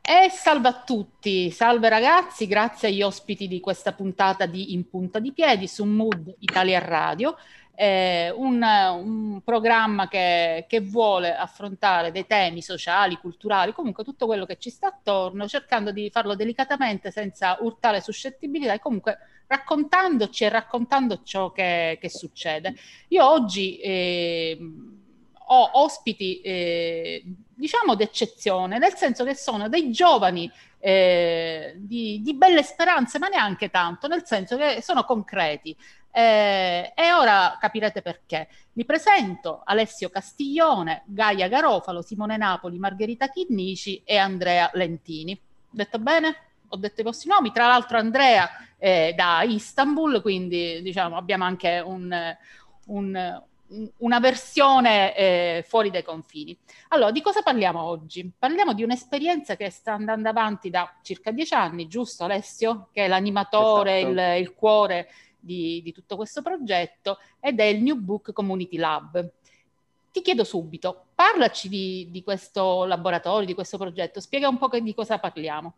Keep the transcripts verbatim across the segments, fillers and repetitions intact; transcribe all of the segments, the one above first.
E salve a tutti, salve ragazzi, grazie agli ospiti di questa puntata di In Punta di Piedi su Mood Italia Radio, eh, un, un programma che, che vuole affrontare dei temi sociali, culturali, comunque tutto quello che ci sta attorno, cercando di farlo delicatamente senza urtare suscettibilità e comunque raccontandoci e raccontando ciò che, che succede. Io oggi eh, ho ospiti, eh, diciamo, d'eccezione, nel senso che sono dei giovani eh, di, di belle speranze, ma neanche tanto, nel senso che sono concreti. Eh, e ora capirete perché. Vi presento Alessio Castiglione, Gaia Garofalo, Simone Napoli, Margherita Chinnici e Andrea Lentini. Detto bene? Ho detto i vostri nomi. Tra l'altro Andrea è da Istanbul, quindi diciamo abbiamo anche un, un, una versione eh, fuori dai confini. Allora, di cosa parliamo oggi? Parliamo di un'esperienza che sta andando avanti da circa dieci anni, giusto Alessio? Che è l'animatore, il, Esatto. il cuore di, di tutto questo progetto ed è il New Book Community Lab. Ti chiedo subito, parlaci di, di questo laboratorio, di questo progetto, spiega un po' che- di cosa parliamo.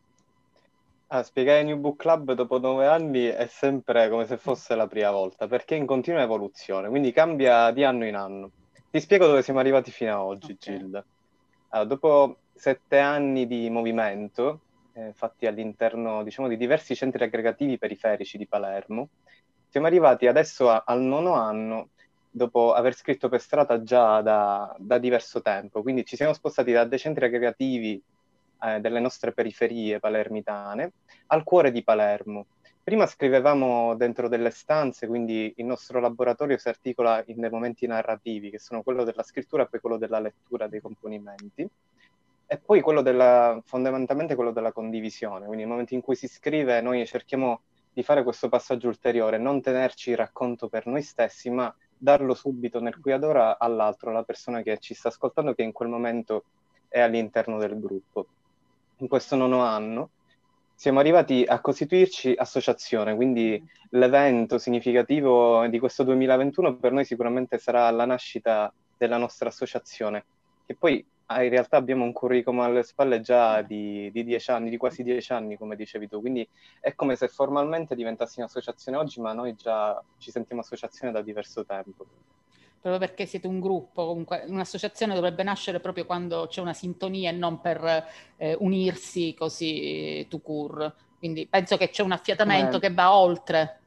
Ah, spiegare New Book Club dopo nove anni è sempre come se fosse la prima volta, perché è in continua evoluzione, quindi cambia di anno in anno. Ti spiego dove siamo arrivati fino ad oggi, Ok. Gilda. Allora, dopo sette anni di movimento, eh, fatti all'interno, diciamo, di diversi centri aggregativi periferici di Palermo, siamo arrivati adesso a- al nono anno, dopo aver scritto per strada già da, da diverso tempo. Quindi ci siamo spostati da dei centri aggregativi eh, delle nostre periferie palermitane al cuore di Palermo. Prima scrivevamo dentro delle stanze, quindi il nostro laboratorio si articola in dei momenti narrativi, che sono quello della scrittura e poi quello della lettura dei componimenti, e poi quello della, fondamentalmente quello della condivisione, quindi nel momento in cui si scrive noi cerchiamo di fare questo passaggio ulteriore, non tenerci il racconto per noi stessi, ma darlo subito nel qui ed ora all'altro, alla persona che ci sta ascoltando, che in quel momento è all'interno del gruppo. In questo nono anno siamo arrivati a costituirci associazione, quindi l'evento significativo di questo duemilaventuno per noi sicuramente sarà la nascita della nostra associazione, che poi ah, in realtà abbiamo un curriculum alle spalle già di, di dieci anni, di quasi dieci anni, come dicevi tu, quindi è come se formalmente diventassimo associazione oggi, ma noi già ci sentiamo associazione da diverso tempo. Proprio perché siete un gruppo, comunque un'associazione dovrebbe nascere proprio quando c'è una sintonia e non per eh, unirsi così tout court. Quindi penso che c'è un affiatamento Come che va oltre.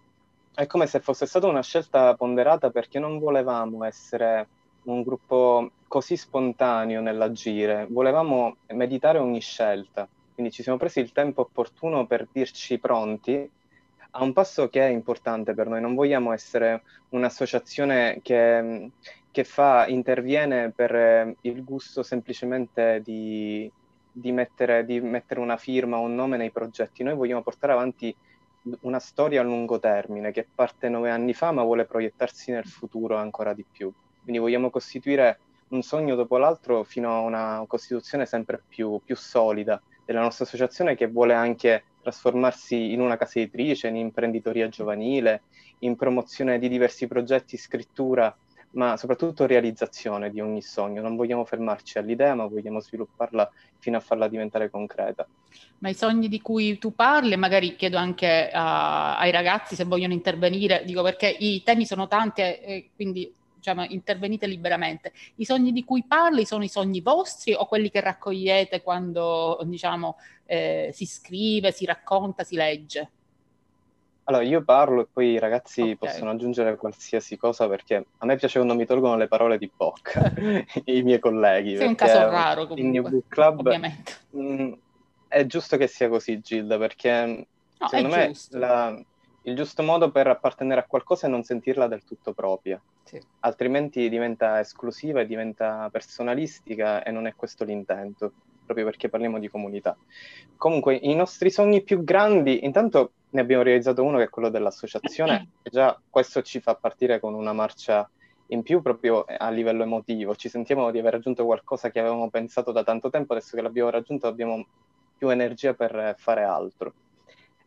È come se fosse stata una scelta ponderata perché non volevamo essere un gruppo così spontaneo nell'agire, volevamo meditare ogni scelta. Quindi ci siamo presi il tempo opportuno per dirci pronti a un passo che è importante per noi. Non vogliamo essere un'associazione che, che fa, interviene per eh, il gusto semplicemente di, di mettere, di mettere una firma o un nome nei progetti. Noi vogliamo portare avanti una storia a lungo termine che parte nove anni fa ma vuole proiettarsi nel futuro ancora di più. Quindi vogliamo costituire un sogno dopo l'altro fino a una costituzione sempre più, più solida della nostra associazione, che vuole anche trasformarsi in una casa editrice, in imprenditoria giovanile, in promozione di diversi progetti, scrittura, ma soprattutto realizzazione di ogni sogno. Non vogliamo fermarci all'idea, ma vogliamo svilupparla fino a farla diventare concreta. Ma i sogni di cui tu parli, magari chiedo anche a- ai ragazzi se vogliono intervenire, dico perché i temi sono tanti e e quindi diciamo, intervenite liberamente. I sogni di cui parli sono i sogni vostri o quelli che raccogliete quando diciamo, eh, si scrive, si racconta, si legge? Allora, io parlo e poi i ragazzi Ok, possono aggiungere qualsiasi cosa perché a me piace quando mi tolgono le parole di bocca, i miei colleghi, sei un caso perché raro in New comunque, Book Club ovviamente. mh, è giusto che sia così, Gilda, perché No, è secondo me giusto. la- il giusto modo per appartenere a qualcosa è non sentirla del tutto propria, Sì. altrimenti diventa esclusiva e diventa personalistica e non è questo l'intento, proprio perché parliamo di comunità. Comunque, i nostri sogni più grandi, intanto ne abbiamo realizzato uno che è quello dell'associazione, e già questo ci fa partire con una marcia in più proprio a livello emotivo. Ci sentiamo di aver raggiunto qualcosa che avevamo pensato da tanto tempo, adesso che l'abbiamo raggiunto abbiamo più energia per fare altro.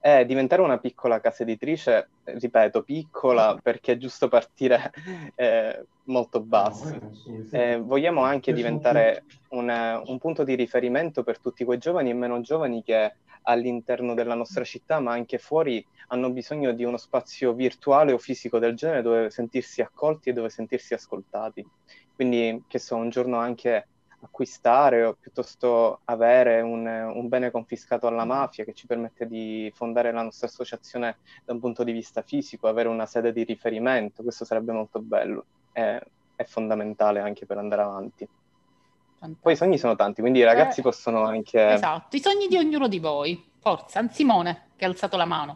è diventare una piccola casa editrice, ripeto, piccola perché è giusto partire eh, molto bassi. Eh, vogliamo anche diventare un, un punto di riferimento per tutti quei giovani e meno giovani che all'interno della nostra città, ma anche fuori, hanno bisogno di uno spazio virtuale o fisico del genere dove sentirsi accolti e dove sentirsi ascoltati. Quindi, che so, un giorno anche acquistare o piuttosto avere un, un bene confiscato alla mafia che ci permette di fondare la nostra associazione da un punto di vista fisico, avere una sede di riferimento, questo sarebbe molto bello, è, è fondamentale anche per andare avanti. Fantastico. Poi i sogni sono tanti, quindi i ragazzi eh, possono anche... Esatto, i sogni di ognuno di voi. Forza, Simone, che ha alzato la mano.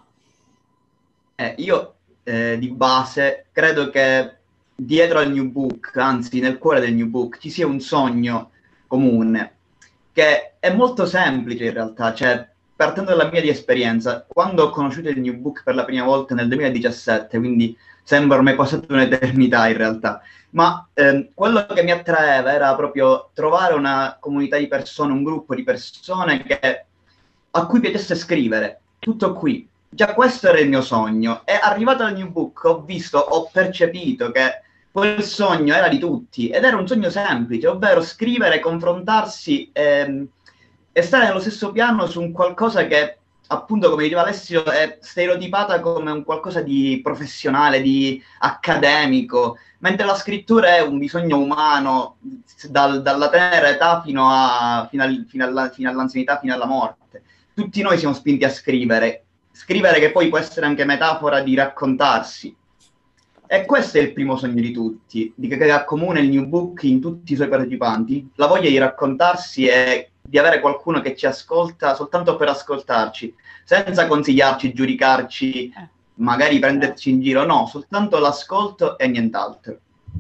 Eh, io eh, di base credo che dietro al New Book, anzi nel cuore del New Book, ci sia un sogno comune, che è molto semplice in realtà, cioè partendo dalla mia di esperienza, quando ho conosciuto il New Book per la prima volta nel duemiladiciassette, quindi sembra ormai passata un'eternità in realtà, ma ehm, quello che mi attraeva era proprio trovare una comunità di persone, un gruppo di persone che, a cui piacesse scrivere, tutto qui. Già questo era il mio sogno, e arrivato al New Book ho visto, ho percepito che quel sogno era di tutti, ed era un sogno semplice, ovvero scrivere, confrontarsi ehm, e stare nello stesso piano su un qualcosa che, appunto, come diceva Alessio, è stereotipata come un qualcosa di professionale, di accademico, mentre la scrittura è un bisogno umano dal, dalla tenera età fino, a, fino, al, fino, alla, fino all'anzianità, fino alla morte. Tutti noi siamo spinti a scrivere, scrivere che poi può essere anche metafora di raccontarsi. E questo è il primo sogno di tutti, di che accomuna il New Book in tutti i suoi partecipanti, la voglia di raccontarsi e di avere qualcuno che ci ascolta soltanto per ascoltarci, senza consigliarci, giudicarci, magari prenderci in giro, no, soltanto l'ascolto e nient'altro.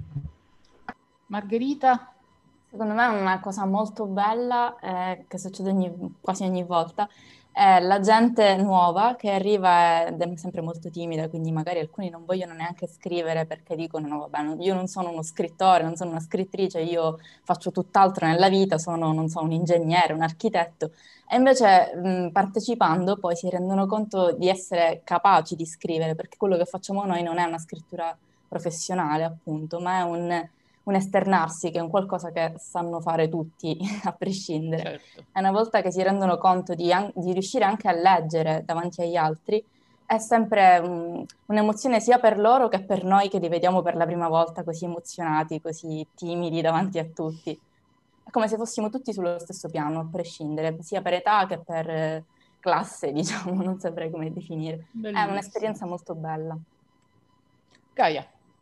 Margherita? Secondo me è una cosa molto bella eh, che succede ogni, quasi ogni volta, è la gente nuova che arriva ed è sempre molto timida, quindi magari alcuni non vogliono neanche scrivere perché dicono no, vabbè, non- io non sono uno scrittore, non sono una scrittrice, io faccio tutt'altro nella vita, sono, non so, un ingegnere, un architetto. E invece mh, partecipando poi si rendono conto di essere capaci di scrivere, perché quello che facciamo noi non è una scrittura professionale, appunto, ma è un un esternarsi, che è un qualcosa che sanno fare tutti, a prescindere. Certo. E una volta che si rendono conto di, an- di riuscire anche a leggere davanti agli altri, è sempre um, un'emozione sia per loro che per noi che li vediamo per la prima volta così emozionati, così timidi davanti a tutti. È come se fossimo tutti sullo stesso piano, a prescindere, sia per età che per eh, classe, diciamo, non saprei come definire. Bellissimo. È un'esperienza molto bella. Gaia?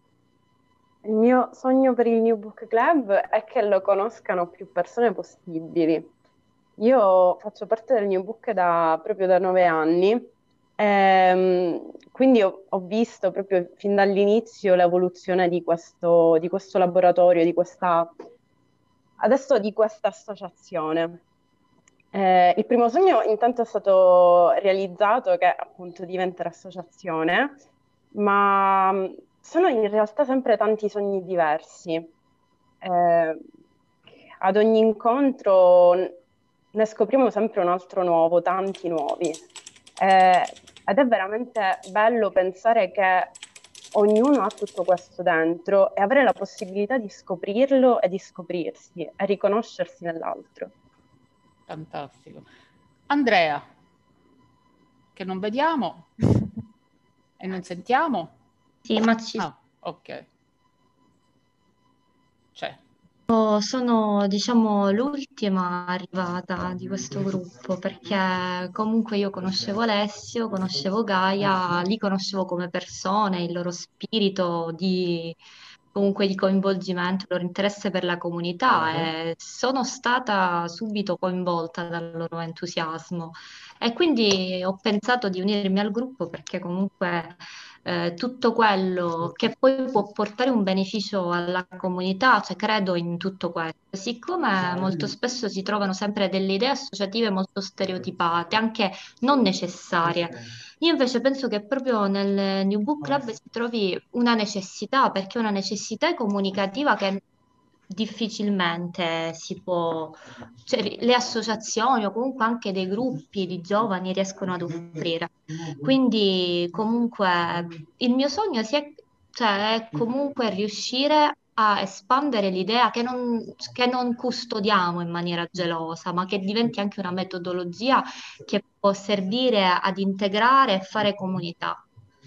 Il mio sogno per il New Book Club è che lo conoscano più persone possibili. Io faccio parte del New Book da, proprio da nove anni, ehm, quindi ho, ho visto proprio fin dall'inizio l'evoluzione di questo, di questo laboratorio, di questa, adesso di questa associazione. Eh, il primo sogno intanto è stato realizzato, che appunto diventa l'associazione, ma mh, sono in realtà sempre tanti sogni diversi. Eh, ad ogni incontro n- ne scopriamo sempre un altro nuovo, tanti nuovi. Eh, ed è veramente bello pensare che ognuno ha tutto questo dentro e avere la possibilità di scoprirlo e di scoprirsi e riconoscersi nell'altro. Fantastico. Andrea, che non vediamo e non sentiamo? Sì, ma ci Ah, ok. C'è. sono, sono, diciamo, l'ultima arrivata di questo gruppo perché comunque io conoscevo Alessio, conoscevo Gaia, li conoscevo come persone, il loro spirito di comunque di coinvolgimento, il loro interesse per la comunità e sono stata subito coinvolta dal loro entusiasmo e quindi ho pensato di unirmi al gruppo perché comunque eh, tutto quello che poi può portare un beneficio alla comunità, cioè credo in tutto questo. Siccome molto spesso si trovano sempre delle idee associative molto stereotipate, anche non necessarie, io invece penso che proprio nel New Book Club si trovi una necessità, perché è una necessità comunicativa che difficilmente si può, cioè, le associazioni o comunque anche dei gruppi di giovani riescono ad offrire. Quindi comunque il mio sogno si è, cioè, è comunque riuscire a espandere l'idea che non, che non custodiamo in maniera gelosa, ma che diventi anche una metodologia che può servire ad integrare e fare comunità.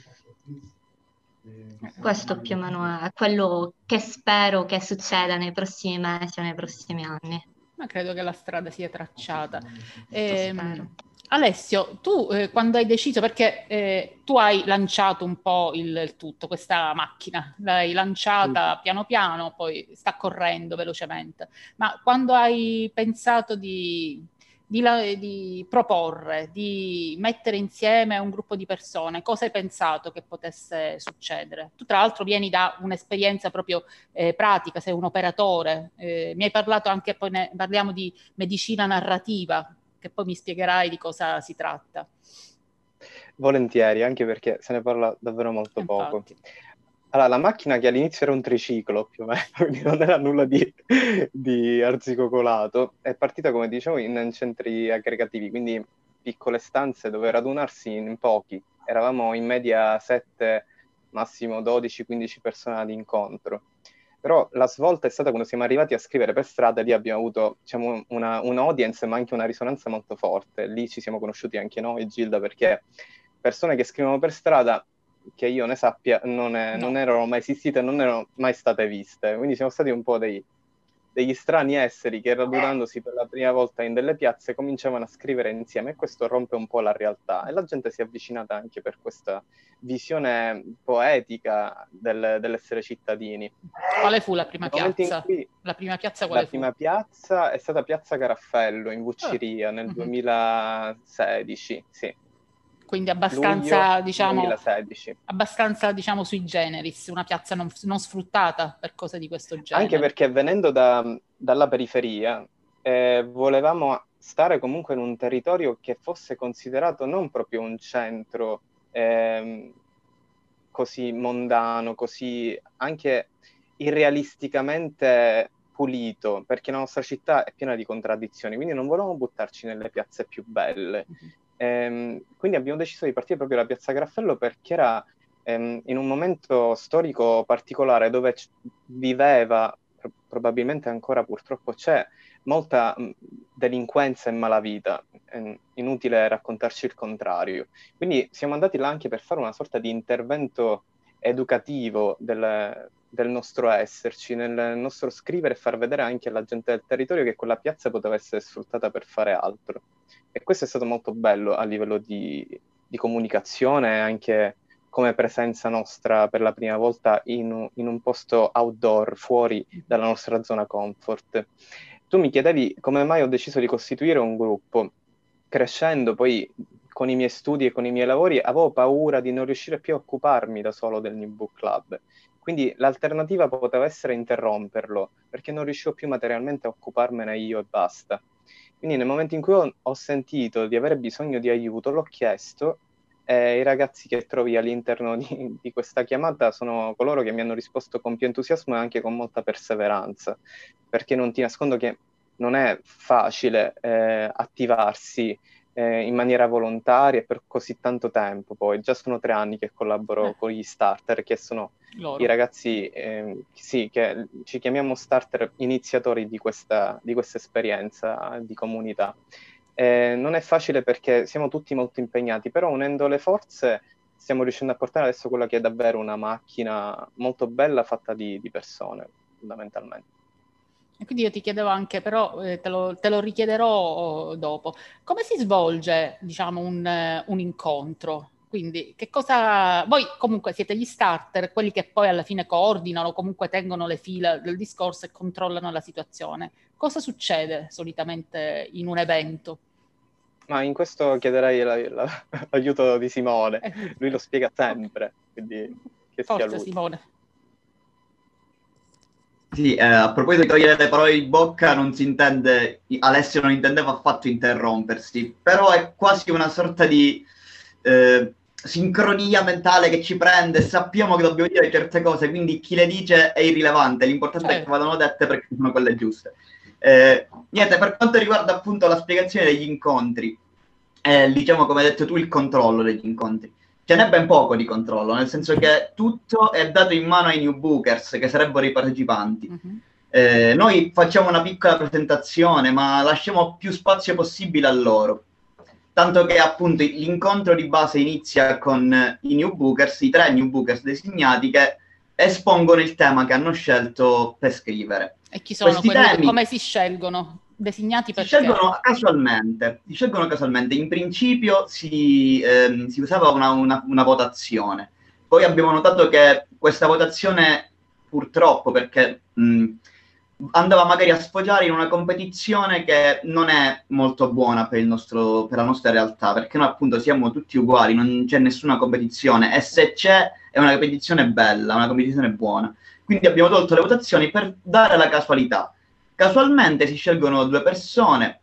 Questo più o meno è quello che spero che succeda nei prossimi mesi o nei prossimi anni. Ma credo che la strada sia tracciata. Lo Ehm, spero. Alessio, tu eh, quando hai deciso, perché eh, tu hai lanciato un po' il, il tutto, questa macchina, l'hai lanciata piano piano, poi sta correndo velocemente, ma quando hai pensato di, di, la- di proporre, di mettere insieme un gruppo di persone, cosa hai pensato che potesse succedere? Tu tra l'altro vieni da un'esperienza proprio eh, pratica, sei un operatore, eh, mi hai parlato anche, poi ne, parliamo di medicina narrativa, che poi mi spiegherai di cosa si tratta. Volentieri, anche perché se ne parla davvero molto poco. Infatti. Allora, la macchina che all'inizio era un triciclo, più o meno, quindi non era nulla di, di arzicocolato, è partita, come dicevo, in centri aggregativi, quindi piccole stanze dove radunarsi in pochi. Eravamo in media sette, massimo dodici quindici persone ad incontro. Però la svolta è stata quando siamo arrivati a scrivere per strada, lì abbiamo avuto, diciamo, una, un audience, ma anche una risonanza molto forte. Lì ci siamo conosciuti anche noi, Gilda, perché persone che scrivono per strada, che io ne sappia, non, è, No. non erano mai esistite, non erano mai state viste. Quindi siamo stati un po' dei, degli strani esseri che, radunandosi per la prima volta in delle piazze, cominciavano a scrivere insieme, e questo rompe un po' la realtà. E la gente si è avvicinata anche per questa visione poetica del, dell'essere cittadini. Quale fu la prima Nel momento in piazza? cui La prima piazza quale la fu? prima piazza è stata Piazza Caraffello in Vucciria Ah, nel mhm. duemilasedici, sì, Quindi abbastanza, luglio diciamo, duemilasedici. abbastanza, diciamo, sui generis, una piazza non, non sfruttata per cose di questo genere. Anche perché venendo da, dalla periferia, eh, volevamo stare comunque in un territorio che fosse considerato non proprio un centro ehm, così mondano, così anche irrealisticamente pulito, perché la nostra città è piena di contraddizioni, quindi non volevamo buttarci nelle piazze più belle. Mhm. Ehm, quindi abbiamo deciso di partire proprio da Piazza Graffello perché era ehm, in un momento storico particolare dove c- viveva, pro- probabilmente ancora purtroppo c'è, molta mh, delinquenza e malavita. Ehm, inutile raccontarci il contrario. Quindi siamo andati là anche per fare una sorta di intervento educativo del, del nostro esserci, nel nostro scrivere e far vedere anche alla gente del territorio che quella piazza poteva essere sfruttata per fare altro. E questo è stato molto bello a livello di, di comunicazione, anche come presenza nostra per la prima volta in, un- in un posto outdoor, fuori dalla nostra zona comfort. Tu mi chiedevi come mai ho deciso di costituire un gruppo. Crescendo poi con i miei studi e con i miei lavori avevo paura di non riuscire più a occuparmi da solo del New Book Club. Quindi l'alternativa poteva essere interromperlo, perché non riuscivo più materialmente a occuparmene io e basta. Quindi nel momento in cui ho, ho sentito di avere bisogno di aiuto, l'ho chiesto, e i ragazzi che trovi all'interno di, di questa chiamata sono coloro che mi hanno risposto con più entusiasmo e anche con molta perseveranza, perché non ti nascondo che non è facile eh, attivarsi eh, in maniera volontaria per così tanto tempo. Poi già sono tre anni che collaboro Eh. con gli starter, che sono Loro. i ragazzi, eh, sì, che ci chiamiamo starter iniziatori di questa, di questa esperienza di comunità. Eh, non è facile perché siamo tutti molto impegnati, però unendo le forze stiamo riuscendo a portare adesso quella che è davvero una macchina molto bella fatta di, di persone, fondamentalmente. E quindi io ti chiedevo anche, però eh, te lo, te lo richiederò oh, dopo, come si svolge, diciamo, un, eh, un incontro? Quindi che cosa... Voi comunque siete gli starter, quelli che poi alla fine coordinano, comunque tengono le fila del discorso e controllano la situazione. Cosa succede solitamente in un evento? Ma in questo chiederei la- la- l'aiuto di Simone, Eh, lui lo spiega sempre, quindi che sia Forza lui. Simone. Sì, eh, a proposito di togliere le parole di bocca, non si intende, Alessio non intendeva affatto interrompersi, però è quasi una sorta di eh, sincronia mentale che ci prende, sappiamo che dobbiamo dire certe cose, quindi chi le dice è irrilevante, l'importante certo. è che vadano dette perché sono quelle giuste. Eh, niente, per quanto riguarda appunto la spiegazione degli incontri, eh, diciamo come hai detto tu, il controllo degli incontri. Ce n'è ben poco di controllo, nel senso che tutto è dato in mano ai new bookers, che sarebbero i partecipanti. Uh-huh. Eh, noi facciamo una piccola presentazione, ma lasciamo più spazio possibile a loro. Tanto che appunto l'incontro di base inizia con i new bookers, i tre new bookers designati che espongono il tema che hanno scelto per scrivere. E chi sono quelli? Temi, come si scelgono? Designati perché? Si scelgono casualmente, si scelgono casualmente. In principio si, ehm, si usava una, una, una votazione. Poi abbiamo notato che questa votazione, purtroppo, perché mh, andava magari a sfociare in una competizione che non è molto buona per, il nostro, per la nostra realtà, perché noi appunto siamo tutti uguali, non c'è nessuna competizione, e se c'è è una competizione bella, una competizione buona. Quindi abbiamo tolto le votazioni per dare la casualità. Casualmente si scelgono due persone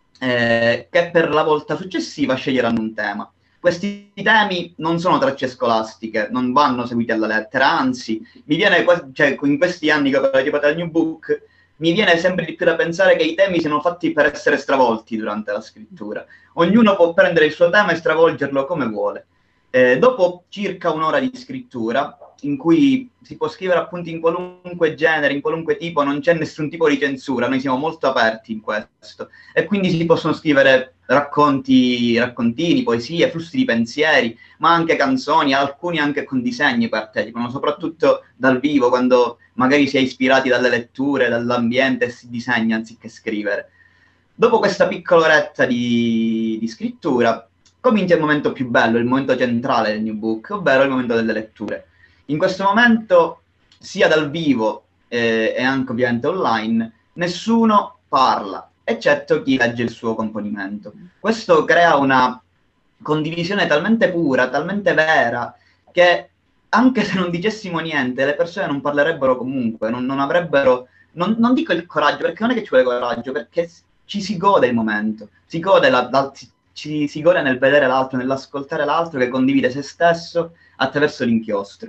eh, che per la volta successiva sceglieranno un tema. Questi temi non sono tracce scolastiche, non vanno seguiti alla lettera, anzi, mi viene, cioè, in questi anni che ho partecipato al New Book, mi viene sempre di più da pensare che i temi siano fatti per essere stravolti durante la scrittura. Ognuno può prendere il suo tema e stravolgerlo come vuole. Eh, dopo circa un'ora di scrittura, in cui si può scrivere appunto in qualunque genere, in qualunque tipo, non c'è nessun tipo di censura, noi siamo molto aperti in questo, e quindi si possono scrivere racconti, raccontini, poesie, flussi di pensieri, ma anche canzoni, alcuni anche con disegni partecipano, soprattutto dal vivo, quando magari si è ispirati dalle letture, dall'ambiente e si disegna anziché scrivere. Dopo questa piccola oretta di, di scrittura, comincia il momento più bello, il momento centrale del New Book, ovvero il momento delle letture. In questo momento, sia dal vivo eh, e anche ovviamente online, nessuno parla, eccetto chi legge il suo componimento. Questo crea una condivisione talmente pura, talmente vera, che anche se non dicessimo niente, le persone non parlerebbero comunque, non, non avrebbero, non, non dico il coraggio, perché non è che ci vuole coraggio, perché ci si gode il momento, si gode, la, la, ci, si gode nel vedere l'altro, nell'ascoltare l'altro che condivide se stesso attraverso l'inchiostro.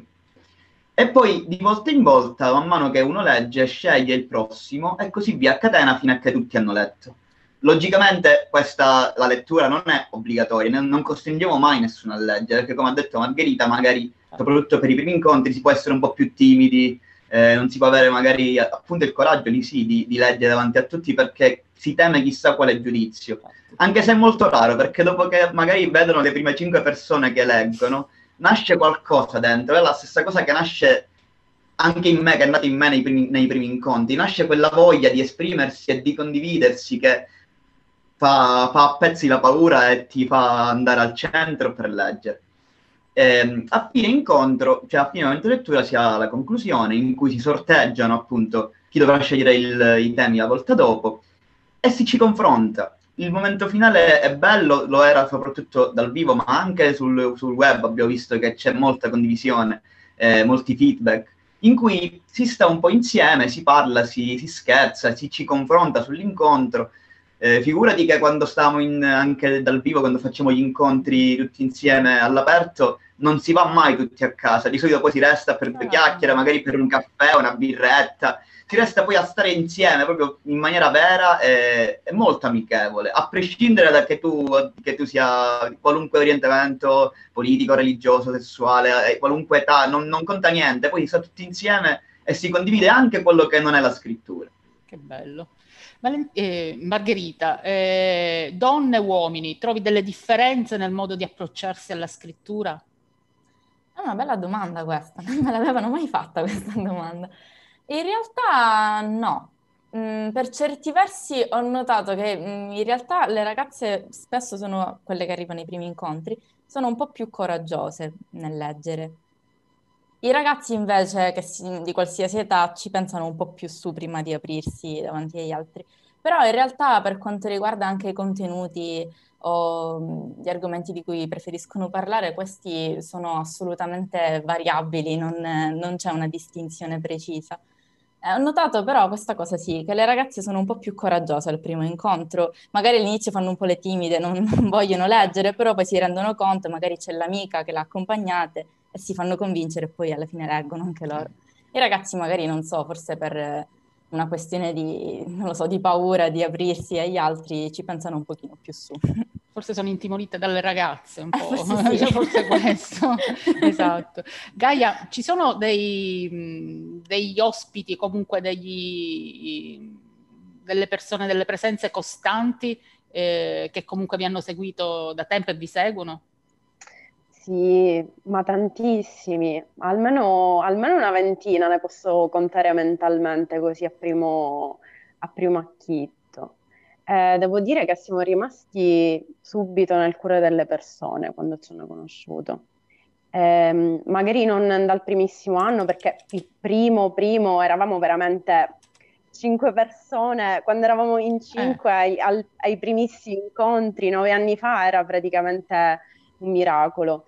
E poi di volta in volta, man mano che uno legge, sceglie il prossimo e così via a catena fino a che tutti hanno letto. Logicamente questa, la lettura non è obbligatoria, non costringiamo mai nessuno a leggere, perché come ha detto Margherita, magari soprattutto per i primi incontri si può essere un po' più timidi, eh, non si può avere magari appunto il coraggio lì sì, di, di leggere davanti a tutti perché si teme chissà quale giudizio. Anche se è molto raro, perché dopo che magari vedono le prime cinque persone che leggono, nasce qualcosa dentro, è la stessa cosa che nasce anche in me, che è nata in me nei primi, nei primi incontri, nasce quella voglia di esprimersi e di condividersi che fa, fa a pezzi la paura e ti fa andare al centro per leggere. E, a fine incontro, cioè a fine momento di lettura, si ha la conclusione in cui si sorteggiano appunto chi dovrà scegliere il, i temi la volta dopo e si ci confronta. Il momento finale è bello, lo era soprattutto dal vivo, ma anche sul, sul web abbiamo visto che c'è molta condivisione, eh, molti feedback, in cui si sta un po' insieme, si parla, si, si scherza, si ci confronta sull'incontro. Eh, figurati che quando stavamo in, anche dal vivo, quando facciamo gli incontri tutti insieme all'aperto, non si va mai tutti a casa, di solito poi si resta per due chiacchiere, magari per un caffè, una birretta, si resta poi a stare insieme proprio in maniera vera e, e molto amichevole, a prescindere da che tu, che tu sia di qualunque orientamento politico, religioso, sessuale, qualunque età, non, non conta niente, poi si sta tutti insieme e si condivide anche quello che non è la scrittura. Che bello. Valen- eh, Margherita, eh, donne e uomini, trovi delle differenze nel modo di approcciarsi alla scrittura? È una bella domanda questa, non me l'avevano mai fatta questa domanda. In realtà no. Mm, per certi versi ho notato che mm, in realtà le ragazze spesso sono quelle che arrivano ai primi incontri, sono un po' più coraggiose nel leggere. I ragazzi invece, che si- di qualsiasi età, ci pensano un po' più su prima di aprirsi davanti agli altri. Però in realtà per quanto riguarda anche i contenuti o mh, gli argomenti di cui preferiscono parlare, questi sono assolutamente variabili, non, non c'è una distinzione precisa. Eh, ho notato però questa cosa sì, che le ragazze sono un po' più coraggiose al primo incontro, magari all'inizio fanno un po' le timide, non, non vogliono leggere, però poi si rendono conto, magari c'è l'amica che l'ha accompagnate e si fanno convincere e poi alla fine leggono anche loro. I ragazzi magari non so, forse per eh, una questione di, non lo so, di paura di aprirsi agli altri, ci pensano un pochino più su. Forse sono intimorite dalle ragazze, un Eh, po', forse sì. forse questo, esatto. Gaia, ci sono dei, mh, degli ospiti, comunque degli, delle persone, delle presenze costanti eh, che comunque vi hanno seguito da tempo e vi seguono? Sì, ma tantissimi, almeno, almeno una ventina ne posso contare mentalmente così a primo, a primo acchitto. Eh, devo dire che siamo rimasti subito nel cuore delle persone quando ci hanno conosciuto. Ehm, magari non dal primissimo anno, perché il primo, primo eravamo veramente cinque persone, quando eravamo in Eh. cinque ai, al- ai primissimi incontri, nove anni fa, era praticamente un miracolo.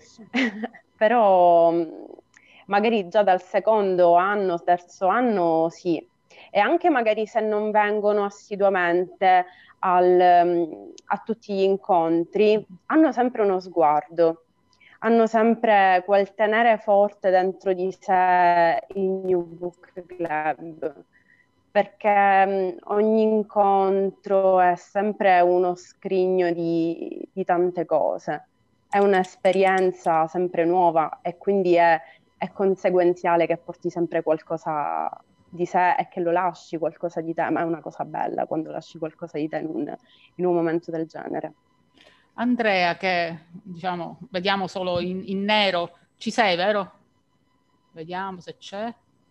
Però mh, magari già dal secondo anno, terzo anno, sì. E anche magari se non vengono assiduamente al, mh, a tutti gli incontri, hanno sempre uno sguardo, hanno sempre quel tenere forte dentro di sé il New Book Club, perché mh, ogni incontro è sempre uno scrigno di, di tante cose, è un'esperienza sempre nuova e quindi è, è conseguenziale che porti sempre qualcosa di sé e che lo lasci qualcosa di te, ma è una cosa bella quando lasci qualcosa di te in un, in un momento del genere. Andrea, che diciamo, vediamo solo in, in nero, ci sei, vero? Vediamo se c'è.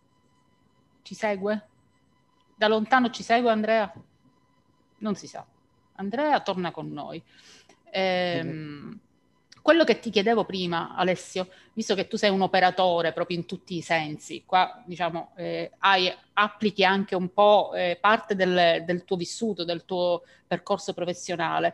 Ci segue? Da lontano ci segue Andrea? Non si sa. Andrea torna con noi. Ehm, quello che ti chiedevo prima, Alessio, visto che tu sei un operatore proprio in tutti i sensi, qua diciamo eh, hai, applichi anche un po' eh, parte del, del tuo vissuto, del tuo percorso professionale.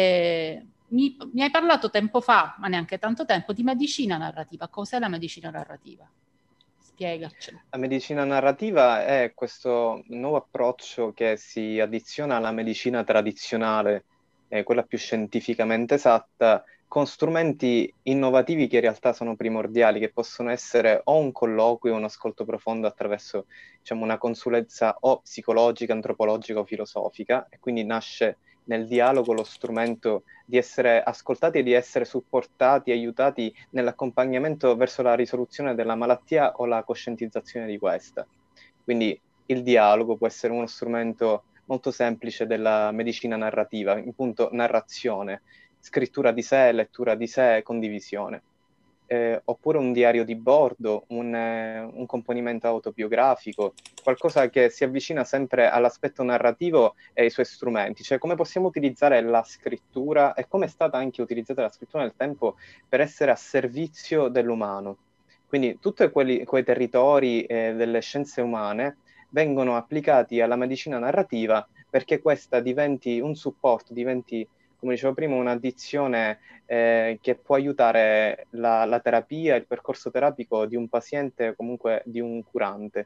Eh, mi, mi hai parlato tempo fa, ma neanche tanto tempo, di medicina narrativa. Cos'è la medicina narrativa? Spiegacelo. La medicina narrativa è questo nuovo approccio che si addiziona alla medicina tradizionale, eh, quella più scientificamente esatta, con strumenti innovativi che in realtà sono primordiali, che possono essere o un colloquio, un ascolto profondo attraverso, diciamo, una consulenza o psicologica, antropologica o filosofica, e quindi nasce nel dialogo lo strumento di essere ascoltati e di essere supportati, aiutati nell'accompagnamento verso la risoluzione della malattia o la coscientizzazione di questa. Quindi il dialogo può essere uno strumento molto semplice della medicina narrativa, in punto narrazione, scrittura di sé, lettura di sé, condivisione. Eh, oppure un diario di bordo, un, eh, un componimento autobiografico, qualcosa che si avvicina sempre all'aspetto narrativo e ai suoi strumenti, cioè come possiamo utilizzare la scrittura e come è stata anche utilizzata la scrittura nel tempo per essere a servizio dell'umano. Quindi tutti quelli, quei territori eh, delle scienze umane vengono applicati alla medicina narrativa perché questa diventi un supporto, diventi, come dicevo prima, un'addizione eh, che può aiutare la, la terapia, il percorso terapico di un paziente, comunque di un curante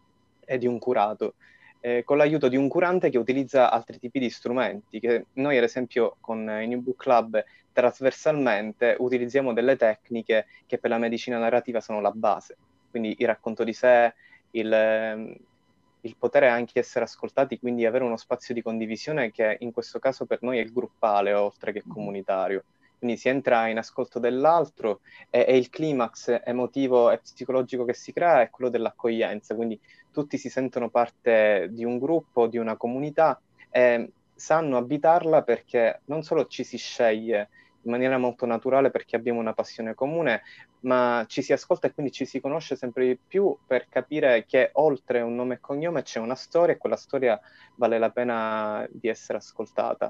e di un curato, eh, con l'aiuto di un curante che utilizza altri tipi di strumenti, che noi ad esempio con i New Book Club trasversalmente utilizziamo delle tecniche che per la medicina narrativa sono la base, quindi il racconto di sé, il, ehm, il potere anche essere ascoltati, quindi avere uno spazio di condivisione che in questo caso per noi è gruppale oltre che comunitario. Quindi si entra in ascolto dell'altro e, e il climax emotivo e psicologico che si crea è quello dell'accoglienza, quindi tutti si sentono parte di un gruppo, di una comunità e sanno abitarla perché non solo ci si sceglie in maniera molto naturale perché abbiamo una passione comune, ma ci si ascolta e quindi ci si conosce sempre di più per capire che oltre un nome e cognome c'è una storia e quella storia vale la pena di essere ascoltata.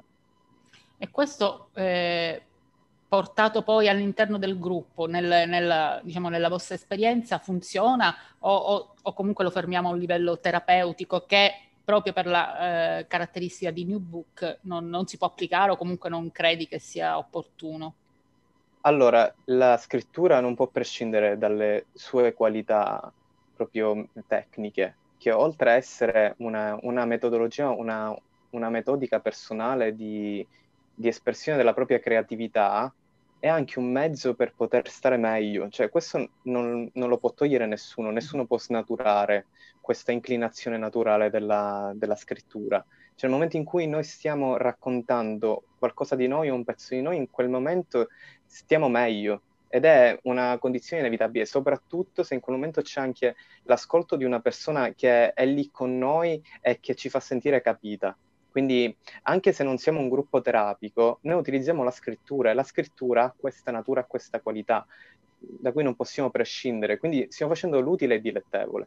E questo eh, portato poi all'interno del gruppo, nel, nel, diciamo, nella vostra esperienza, funziona o, o, o comunque lo fermiamo a un livello terapeutico che proprio per la eh, caratteristica di New Book non, non si può applicare o comunque non credi che sia opportuno? Allora, la scrittura non può prescindere dalle sue qualità proprio tecniche, che oltre a essere una, una metodologia, una, una metodica personale di, di espressione della propria creatività, è anche un mezzo per poter stare meglio. Cioè, questo non, non lo può togliere nessuno, nessuno può snaturare questa inclinazione naturale della, della scrittura. Cioè, nel momento in cui noi stiamo raccontando qualcosa di noi o un pezzo di noi, in quel momento stiamo meglio. Ed è una condizione inevitabile, soprattutto se in quel momento c'è anche l'ascolto di una persona che è lì con noi e che ci fa sentire capita. Quindi, anche se non siamo un gruppo terapico, noi utilizziamo la scrittura e la scrittura ha questa natura, ha questa qualità da cui non possiamo prescindere. Quindi stiamo facendo l'utile e dilettevole.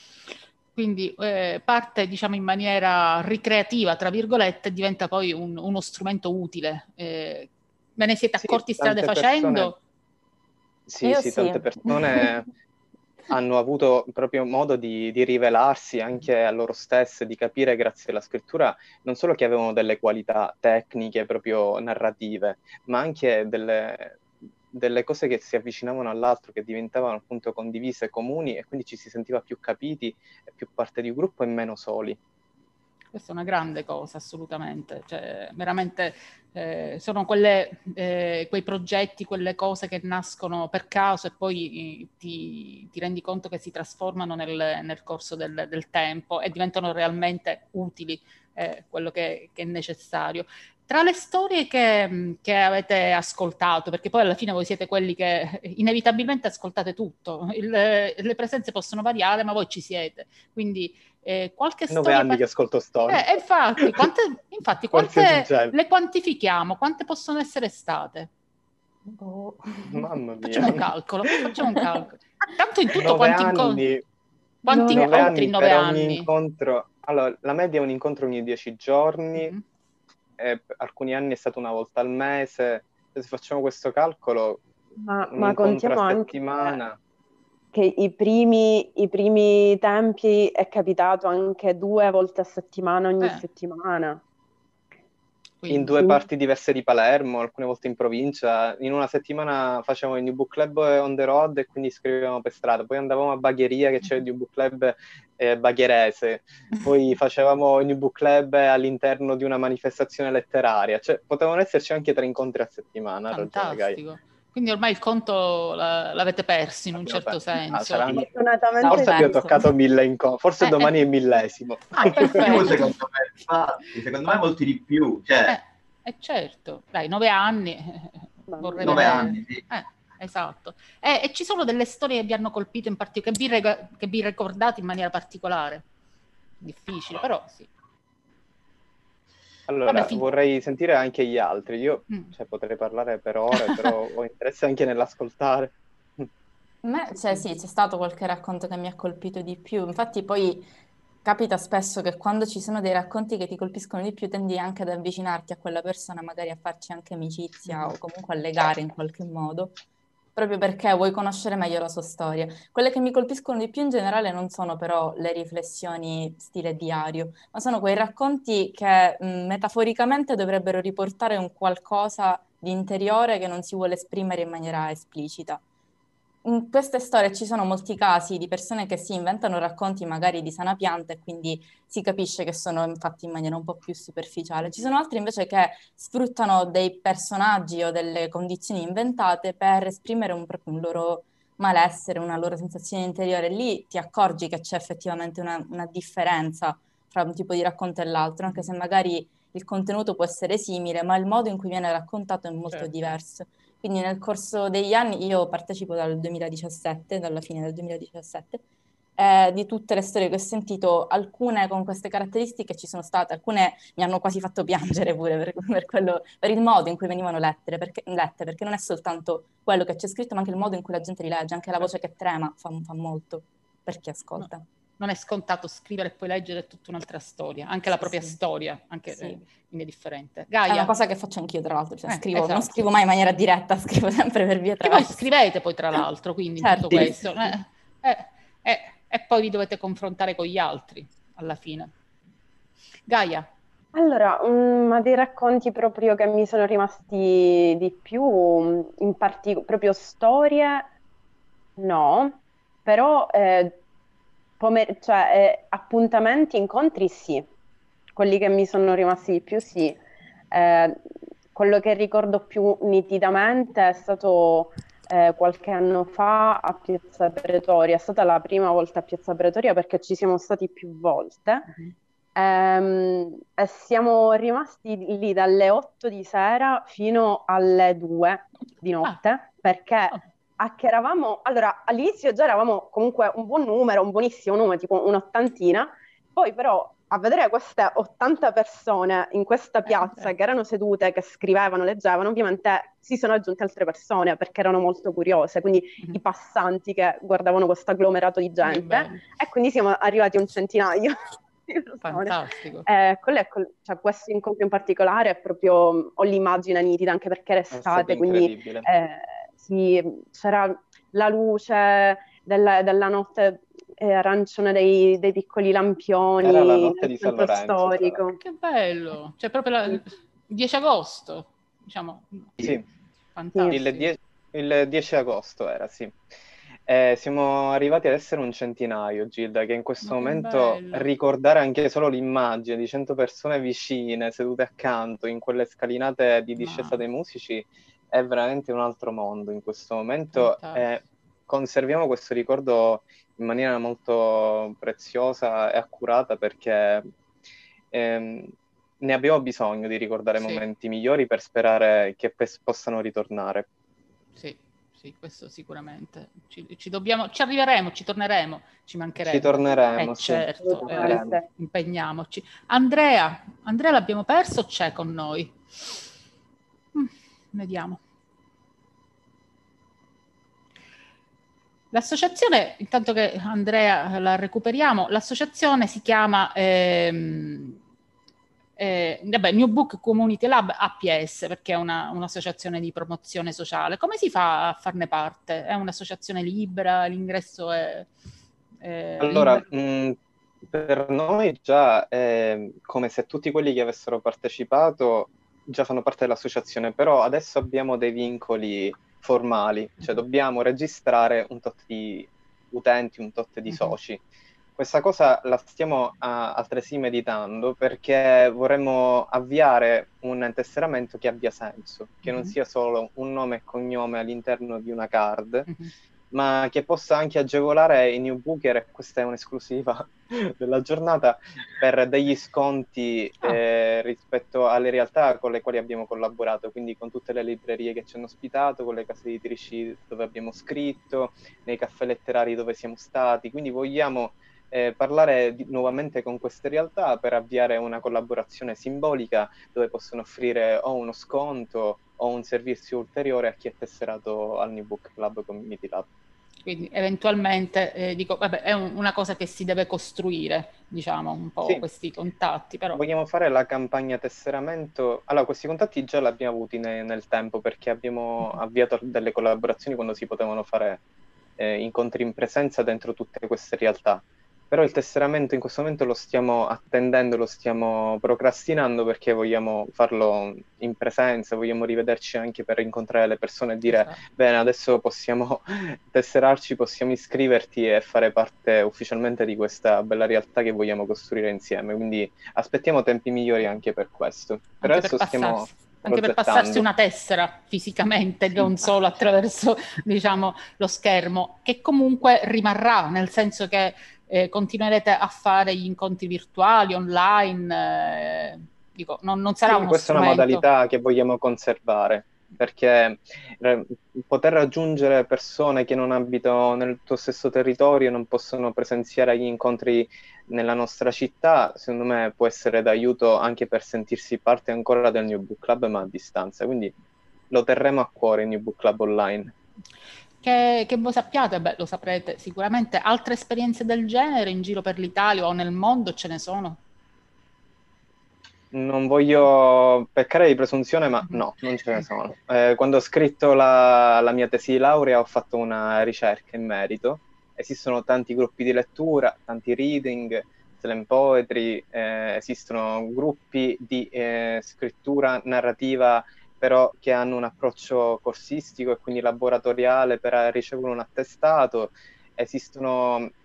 Quindi eh, parte, diciamo, in maniera ricreativa, tra virgolette, e diventa poi un- uno strumento utile. Eh, ve ne siete Sì, accorti strade tante persone, facendo? sì, Io sì, sì. tante persone hanno avuto proprio modo di, di rivelarsi anche a loro stesse, di capire grazie alla scrittura non solo che avevano delle qualità tecniche proprio narrative, ma anche delle, delle cose che si avvicinavano all'altro, che diventavano appunto condivise, comuni, e quindi ci si sentiva più capiti, più parte di un gruppo e meno soli. Questa è una grande cosa, assolutamente. Cioè, veramente eh, sono quelle, eh, quei progetti, quelle cose che nascono per caso e poi eh, ti, ti rendi conto che si trasformano nel, nel corso del, del tempo e diventano realmente utili, eh, quello che, che è necessario. Tra le storie che, che avete ascoltato, perché poi alla fine voi siete quelli che inevitabilmente ascoltate tutto, il, le presenze possono variare, ma voi ci siete. Quindi eh, qualche Nove storia... anni par- che ascolto storie. Eh, infatti, quante, infatti, Qualsiasi quante genere. le quantifichiamo? Quante possono essere state? Boh. Mamma mia. Facciamo un calcolo, facciamo un calcolo. Tanto in tutto Nove quanti, inco- anni, quanti Nove nove incontri in anni nove per ogni anni? incontro. Allora, la media è un incontro ogni dieci giorni, Mhm. e per alcuni anni è stato una volta al mese. Se facciamo questo calcolo, Ma, un ma incontro a contiamo anche settimana. che i primi, i primi tempi è capitato anche due volte a settimana, ogni Eh, settimana. In quindi, due Quindi, parti diverse di Palermo, alcune volte in provincia. In una settimana facevamo il New Book Club on the road e quindi scrivevamo per strada. Poi andavamo a Bagheria, che c'è il New Book Club eh, bagherese. Poi facevamo il New Book Club all'interno di una manifestazione letteraria. Cioè, potevano esserci anche tre incontri a settimana, ha ragione Gaia. fantastico. Quindi ormai il conto la- l'avete perso in un Abbiamo certo perso. Ah, senso. saranno- fortunatamente No, Forse abbiamo penso. toccato mille incontri, forse Eh, domani eh. è il millesimo. Ah, Di più, perfetto. secondo me, infatti, secondo me molti di più, cioè, Eh, eh, certo, dai, nove anni, eh, vorrei nove vedere. anni, sì. Eh, esatto. Eh, e ci sono delle storie che vi hanno colpito in particolare, che vi, rega- che vi ricordate in maniera particolare? Difficile, però sì. Allora, Vabbè, fin- vorrei sentire anche gli altri. Io, Mm. cioè, potrei parlare per ore, però ho interesse anche nell'ascoltare. A me, cioè sì, c'è stato qualche racconto che mi ha colpito di più. Infatti poi capita spesso che quando ci sono dei racconti che ti colpiscono di più, tendi anche ad avvicinarti a quella persona, magari a farci anche amicizia o comunque a legare in qualche modo, proprio perché vuoi conoscere meglio la sua storia. Quelle che mi colpiscono di più in generale non sono però le riflessioni stile diario, ma sono quei racconti che mh, metaforicamente dovrebbero riportare un qualcosa di interiore che non si vuole esprimere in maniera esplicita. In queste storie ci sono molti casi di persone che si inventano racconti magari di sana pianta e quindi si capisce che sono infatti in maniera un po' più superficiale. Ci sono altri invece che sfruttano dei personaggi o delle condizioni inventate per esprimere un, proprio un loro malessere, una loro sensazione interiore. Lì ti accorgi che c'è effettivamente una, una differenza tra un tipo di racconto e l'altro, anche se magari il contenuto può essere simile, ma il modo in cui viene raccontato è molto Certo. diverso. Quindi nel corso degli anni io partecipo dal duemiladiciassette, dalla fine del duemiladiciassette, eh, di tutte le storie che ho sentito, alcune con queste caratteristiche ci sono state, alcune mi hanno quasi fatto piangere pure per, per quello, per il modo in cui venivano lettere, perché, lette, perché non è soltanto quello che c'è scritto, ma anche il modo in cui la gente li legge, anche la voce che trema fa, fa molto per chi ascolta. No, non è scontato scrivere e poi leggere tutta un'altra storia, anche la Sì, propria sì. storia, anche Sì. eh, quindi è differente. È una Gaia, cosa che faccio anch'io, tra l'altro, cioè, Eh, scrivo, non esatto. scrivo mai in maniera diretta, scrivo sempre per vie Che voi traverse. scrivete poi tra l'altro, quindi in Certo, tutto sì, questo, sì. eh, eh, eh, e poi vi dovete confrontare con gli altri alla fine. Gaia, Allora, mm, ma dei racconti proprio che mi sono rimasti di più, mm, in particolare proprio storie, no, però eh, pomer- cioè, eh, appuntamenti, incontri, sì. Quelli che mi sono rimasti di più, sì. Eh, quello che ricordo più nitidamente è stato eh, qualche anno fa a Piazza Pretoria. È stata la prima volta a Piazza Pretoria perché ci siamo stati più volte. Mhm. Ehm, e siamo rimasti lì dalle otto di sera fino alle due di Ah, notte perché oh, hackeravamo. Allora, all'inizio già eravamo comunque un buon numero, un buonissimo numero, tipo un'ottantina. Poi però a vedere queste ottanta persone in questa eh, piazza beh, che erano sedute, che scrivevano, leggevano, ovviamente si sono aggiunte altre persone perché erano molto curiose, quindi mhm. i passanti che guardavano questo agglomerato di Che gente, bello, e quindi siamo arrivati a un centinaio di persone. fantastico. Eh, quello è col- cioè, questo incontro in particolare è proprio, ho l'immagine nitida anche perché era È stato estate, quindi incredibile. eh, sì, c'era la luce della, della notte eh, arancione dei, dei piccoli Era la lampioni notte nel di San centro Lorenzo, tra l'altro. storico. Che bello, cioè proprio la- Sì, dieci agosto, diciamo, Sì, sì. il, fantastico. die- il dieci agosto era, sì. Eh, siamo arrivati ad essere un centinaio, Gilda, che in Ma questo che momento bello. ricordare anche solo l'immagine di cento persone vicine, sedute accanto, in quelle scalinate di discesa Ma dei musici, è veramente un altro mondo in questo momento. fantastico. Eh, conserviamo questo ricordo in maniera molto preziosa e accurata perché ehm, ne abbiamo bisogno di ricordare Sì, momenti migliori per sperare che pes- possano ritornare. sì, sì, questo sicuramente. Ci, ci dobbiamo, ci arriveremo, ci torneremo, ci Ci mancherebbe. Eh torneremo, sì, ci certo, eh, torneremo. Assolutamente. impegniamoci. Andrea, Andrea l'abbiamo perso o c'è con noi? Mm, vediamo. L'associazione, intanto che Andrea la recuperiamo, l'associazione si chiama ehm, eh, vabbè, New Book Community Lab A P S perché è una, un'associazione di promozione sociale. Come si fa a farne parte? È un'associazione libera, l'ingresso è, è Allora, libero? mh, per noi già è come se tutti quelli che avessero partecipato già fanno parte dell'associazione, però adesso abbiamo dei vincoli formali, cioè Mhm, dobbiamo registrare un tot di utenti, un tot di mhm, soci. Questa cosa la stiamo ah, altresì meditando perché vorremmo avviare un tesseramento che abbia senso, che non mhm, sia solo un nome e cognome all'interno di una card, mhm. ma che possa anche agevolare i new booker, e questa è un'esclusiva della giornata, per degli sconti Ah, eh, rispetto alle realtà con le quali abbiamo collaborato, quindi con tutte le librerie che ci hanno ospitato, con le case editrici dove abbiamo scritto, nei caffè letterari dove siamo stati, quindi vogliamo eh, parlare di- nuovamente con queste realtà per avviare una collaborazione simbolica dove possono offrire o uno sconto o un servizio ulteriore a chi è tesserato al New Book Club Community Lab. quindi eventualmente, eh, dico, vabbè, è un- una cosa che si deve costruire, diciamo, un po' Sì, questi contatti, però. vogliamo fare la campagna tesseramento. Allora, questi contatti già li abbiamo avuti ne- nel tempo perché abbiamo Mhm. avviato delle collaborazioni quando si potevano fare eh, incontri in presenza dentro tutte queste realtà. Però il tesseramento in questo momento lo stiamo attendendo, lo stiamo procrastinando perché vogliamo farlo in presenza, vogliamo rivederci anche per incontrare le persone e dire, Esatto. bene, adesso possiamo tesserarci, possiamo iscriverti e fare parte ufficialmente di questa bella realtà che vogliamo costruire insieme. Quindi aspettiamo tempi migliori anche per questo. Per Anche per adesso stiamo passarsi, anche per passarsi progettando. una tessera fisicamente, Sì. non solo attraverso, diciamo, lo schermo, che comunque rimarrà, nel senso che eh, continuerete a fare gli incontri virtuali, online, eh, dico, non, non sarà Sì, uno questa è una strumento. modalità che vogliamo conservare, perché eh, poter raggiungere persone che non abitano nel tuo stesso territorio, non possono presenziare agli incontri nella nostra città, secondo me può essere d'aiuto anche per sentirsi parte ancora del New Book Club, ma a distanza. Quindi lo terremo a cuore il New Book Club online. Che, che voi sappiate, beh, lo saprete sicuramente, altre esperienze del genere in giro per l'Italia o nel mondo ce ne sono? Non voglio peccare di presunzione, ma Mhm. no, non ce ne sono. Eh, quando ho scritto la, la mia tesi di laurea ho fatto una ricerca in merito. Esistono tanti gruppi di lettura, tanti reading, slam poetry, eh, esistono gruppi di eh, scrittura narrativa, però che hanno un approccio corsistico e quindi laboratoriale per ricevere un attestato. esistono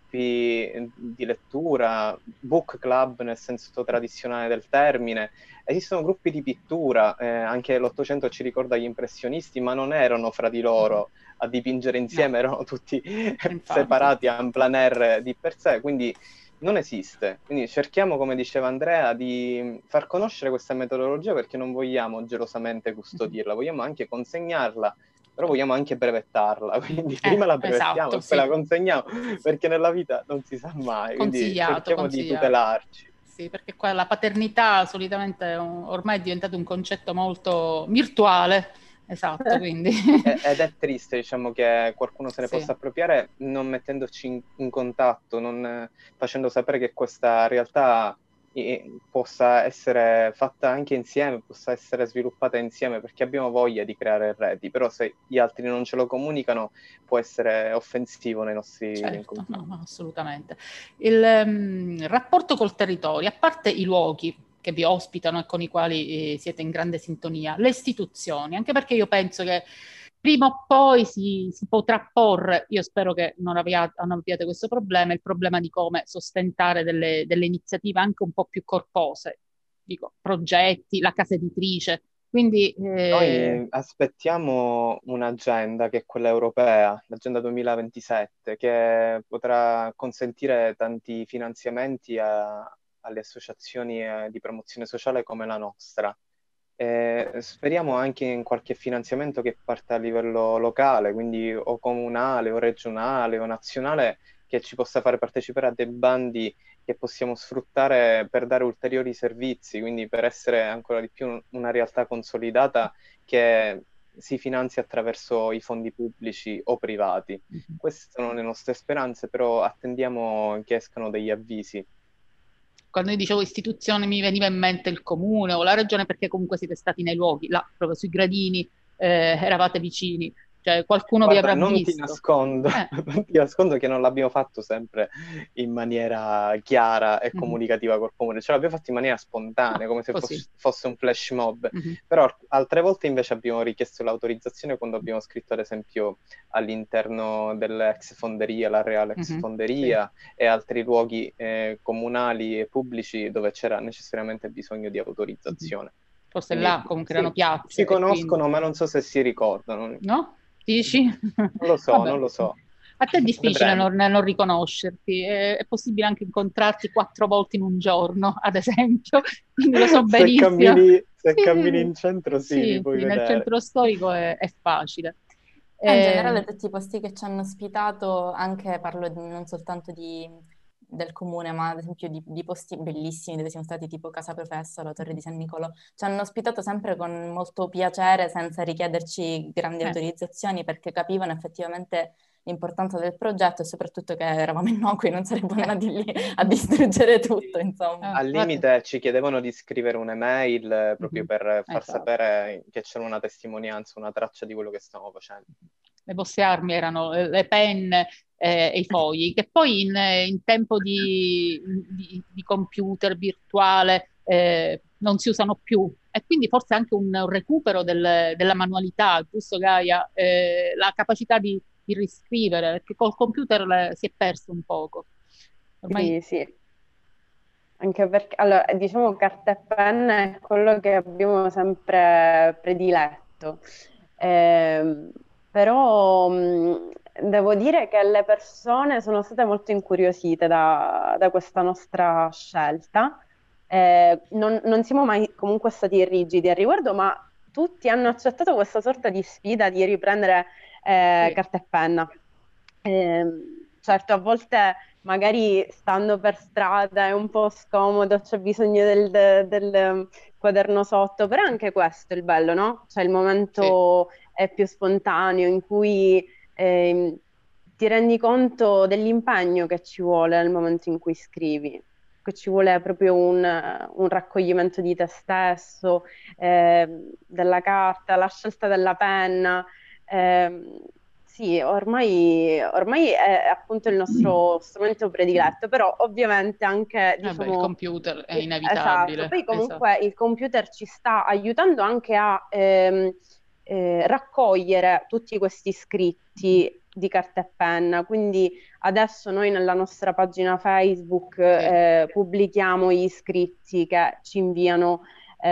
gruppi di lettura, book club nel senso tradizionale del termine, esistono gruppi di pittura, eh, anche l'Ottocento ci ricorda gli impressionisti, ma non erano fra di loro a dipingere insieme, no. Erano tutti separati en plein air di per sé, quindi non esiste. Quindi cerchiamo, come diceva Andrea, di far conoscere questa metodologia, perché non vogliamo gelosamente custodirla, vogliamo anche consegnarla, però vogliamo anche brevettarla, quindi eh, prima la brevettiamo esatto, e poi sì. la consegniamo, perché nella vita non si sa mai, quindi cerchiamo di tutelarci. Sì, perché qua la paternità solitamente ormai è diventato un concetto molto virtuale, esatto, quindi... Ed è triste, diciamo, che qualcuno se ne sì. possa appropriare non mettendoci in, in contatto, non facendo sapere che questa realtà eh, possa essere fatta anche insieme, possa essere sviluppata insieme, perché abbiamo voglia di creare reti, però se gli altri non ce lo comunicano può essere offensivo nei nostri certo, no, no, assolutamente. Il um, rapporto col territorio, a parte i luoghi che vi ospitano e con i quali eh, siete in grande sintonia, le istituzioni, anche perché io penso che prima o poi si, si potrà porre, io spero che non abbiate, non abbiate questo problema, il problema di come sostentare delle, delle iniziative anche un po' più corpose, dico, progetti, la casa editrice. Quindi, eh... Noi aspettiamo un'agenda che è quella europea, l'agenda duemilaventisette, che potrà consentire tanti finanziamenti a, alle associazioni eh, di promozione sociale come la nostra. Eh, speriamo anche in qualche finanziamento che parta a livello locale, quindi o comunale o regionale o nazionale, che ci possa fare partecipare a dei bandi che possiamo sfruttare per dare ulteriori servizi, quindi per essere ancora di più una realtà consolidata che si finanzia attraverso i fondi pubblici o privati. Mm-hmm. Queste sono le nostre speranze, però attendiamo che escano degli avvisi. Quando io dicevo istituzione mi veniva in mente il comune o la regione, perché comunque siete stati nei luoghi, là proprio sui gradini, eh, eravate vicini, cioè qualcuno Guarda, vi avrà non visto. Ti nascondo, eh. non ti nascondo che non l'abbiamo fatto sempre in maniera chiara e comunicativa mm-hmm. col comune, ce l'abbiamo fatto in maniera spontanea, come se fosse, fosse un flash mob, mm-hmm. però altre volte invece abbiamo richiesto l'autorizzazione quando abbiamo scritto ad esempio all'interno dell'ex fonderia, la Reale ex mm-hmm. fonderia sì. e altri luoghi eh, comunali e pubblici dove c'era necessariamente bisogno di autorizzazione. Mm-hmm. Forse quindi, là comunque sì, erano piazze. Si conoscono, quindi... ma non so se si ricordano. No? Dici? Non lo so, Vabbè. non lo so. A te è difficile non, non riconoscerti, è, è possibile anche incontrarti quattro volte in un giorno, ad esempio, quindi lo so benissimo. Se cammini, se sì, cammini in centro, sì, sì, puoi sì vedere. Nel centro storico è, è facile. Eh, in generale tutti i posti che ci hanno ospitato, anche parlo di, non soltanto di, del comune, ma ad esempio di, di posti bellissimi dove siamo stati, tipo Casa Professor, la Torre di San Nicolò, ci hanno ospitato sempre con molto piacere, senza richiederci grandi eh. autorizzazioni, perché capivano effettivamente l'importanza del progetto e soprattutto che eravamo innocui, non sarebbero andati lì a distruggere tutto, insomma. Al limite ci chiedevano di scrivere un'email proprio per far esatto. sapere che c'era una testimonianza, una traccia di quello che stavamo facendo. Le vostre armi erano le penne eh, e i fogli, che poi in, in tempo di, di, di computer virtuale eh, non si usano più, e quindi forse anche un, un recupero del, della manualità, giusto Gaia? Eh, la capacità di, di riscrivere, perché col computer le, si è perso un poco. Ormai... Sì, sì. Anche perché, allora, diciamo, carta e penna è quello che abbiamo sempre prediletto. Eh, Però mh, devo dire che le persone sono state molto incuriosite da, da questa nostra scelta. Eh, non, non siamo mai comunque stati rigidi al riguardo, ma tutti hanno accettato questa sorta di sfida di riprendere eh, sì. carta e penna. Eh, certo, a volte magari stando per strada è un po' scomodo, c'è bisogno del, del, del quaderno sotto, però anche questo è il bello, no? Cioè il momento... Sì. È più spontaneo, in cui eh, ti rendi conto dell'impegno che ci vuole nel momento in cui scrivi, che ci vuole proprio un, un raccoglimento di te stesso, eh, della carta, la scelta della penna. Eh, sì, ormai, ormai è appunto il nostro strumento prediletto, però ovviamente anche diciamo, eh beh, il computer è inevitabile. Esatto. Poi comunque esatto. il computer ci sta aiutando anche a... Ehm, eh, raccogliere tutti questi scritti di carta e penna, quindi adesso noi nella nostra pagina Facebook Sì. eh, pubblichiamo gli iscritti che ci inviano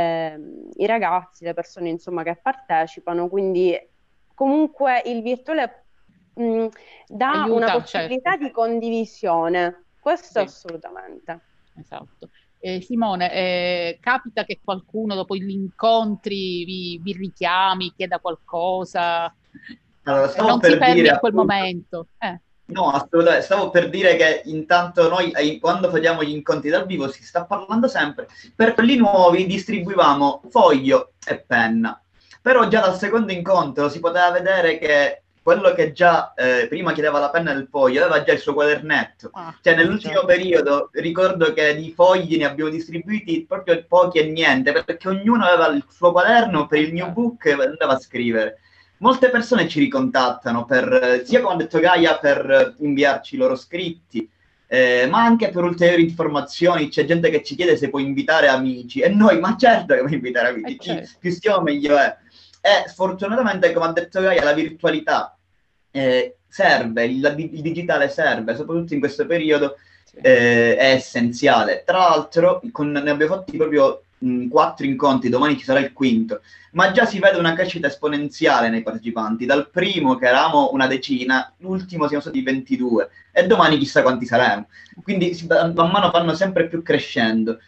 ehm, i ragazzi, le persone insomma che partecipano, quindi comunque il virtuale mh, dà una Aiuta, possibilità certo. di condivisione, questo Sì. assolutamente. Esatto. Eh, Simone, eh, capita che qualcuno dopo gli incontri vi, vi richiami, chieda qualcosa, Allora, e stavo non si per fermi dire in quel appunto, momento. Eh, no, assolutamente, stavo per dire che intanto noi eh, quando facciamo gli incontri dal vivo si sta parlando sempre, per quelli nuovi distribuivamo foglio e penna, però già dal secondo incontro si poteva vedere che quello che già eh, prima chiedeva la penna e il foglio aveva già il suo quadernetto, ah, cioè nell'ultimo certo. periodo ricordo che di fogli ne abbiamo distribuiti proprio pochi e niente, perché ognuno aveva il suo quaderno per il new book e andava a scrivere. Molte persone ci ricontattano per, sia come ha detto Gaia, per inviarci i loro scritti, eh, ma anche per ulteriori informazioni. C'è gente che ci chiede se può invitare amici, e noi, ma certo che puoi invitare amici, Eh, certo. più stiamo meglio è. E sfortunatamente, come ha detto Gaia, la virtualità eh, serve, il, il digitale serve, soprattutto in questo periodo, Sì. eh, è essenziale. Tra l'altro, con, ne abbiamo fatti proprio mh, quattro incontri, domani ci sarà il quinto, ma già si vede una crescita esponenziale nei partecipanti. Dal primo, che eravamo una decina, l'ultimo siamo stati ventidue, e domani chissà quanti saremo. Quindi si, man mano vanno sempre più crescendo.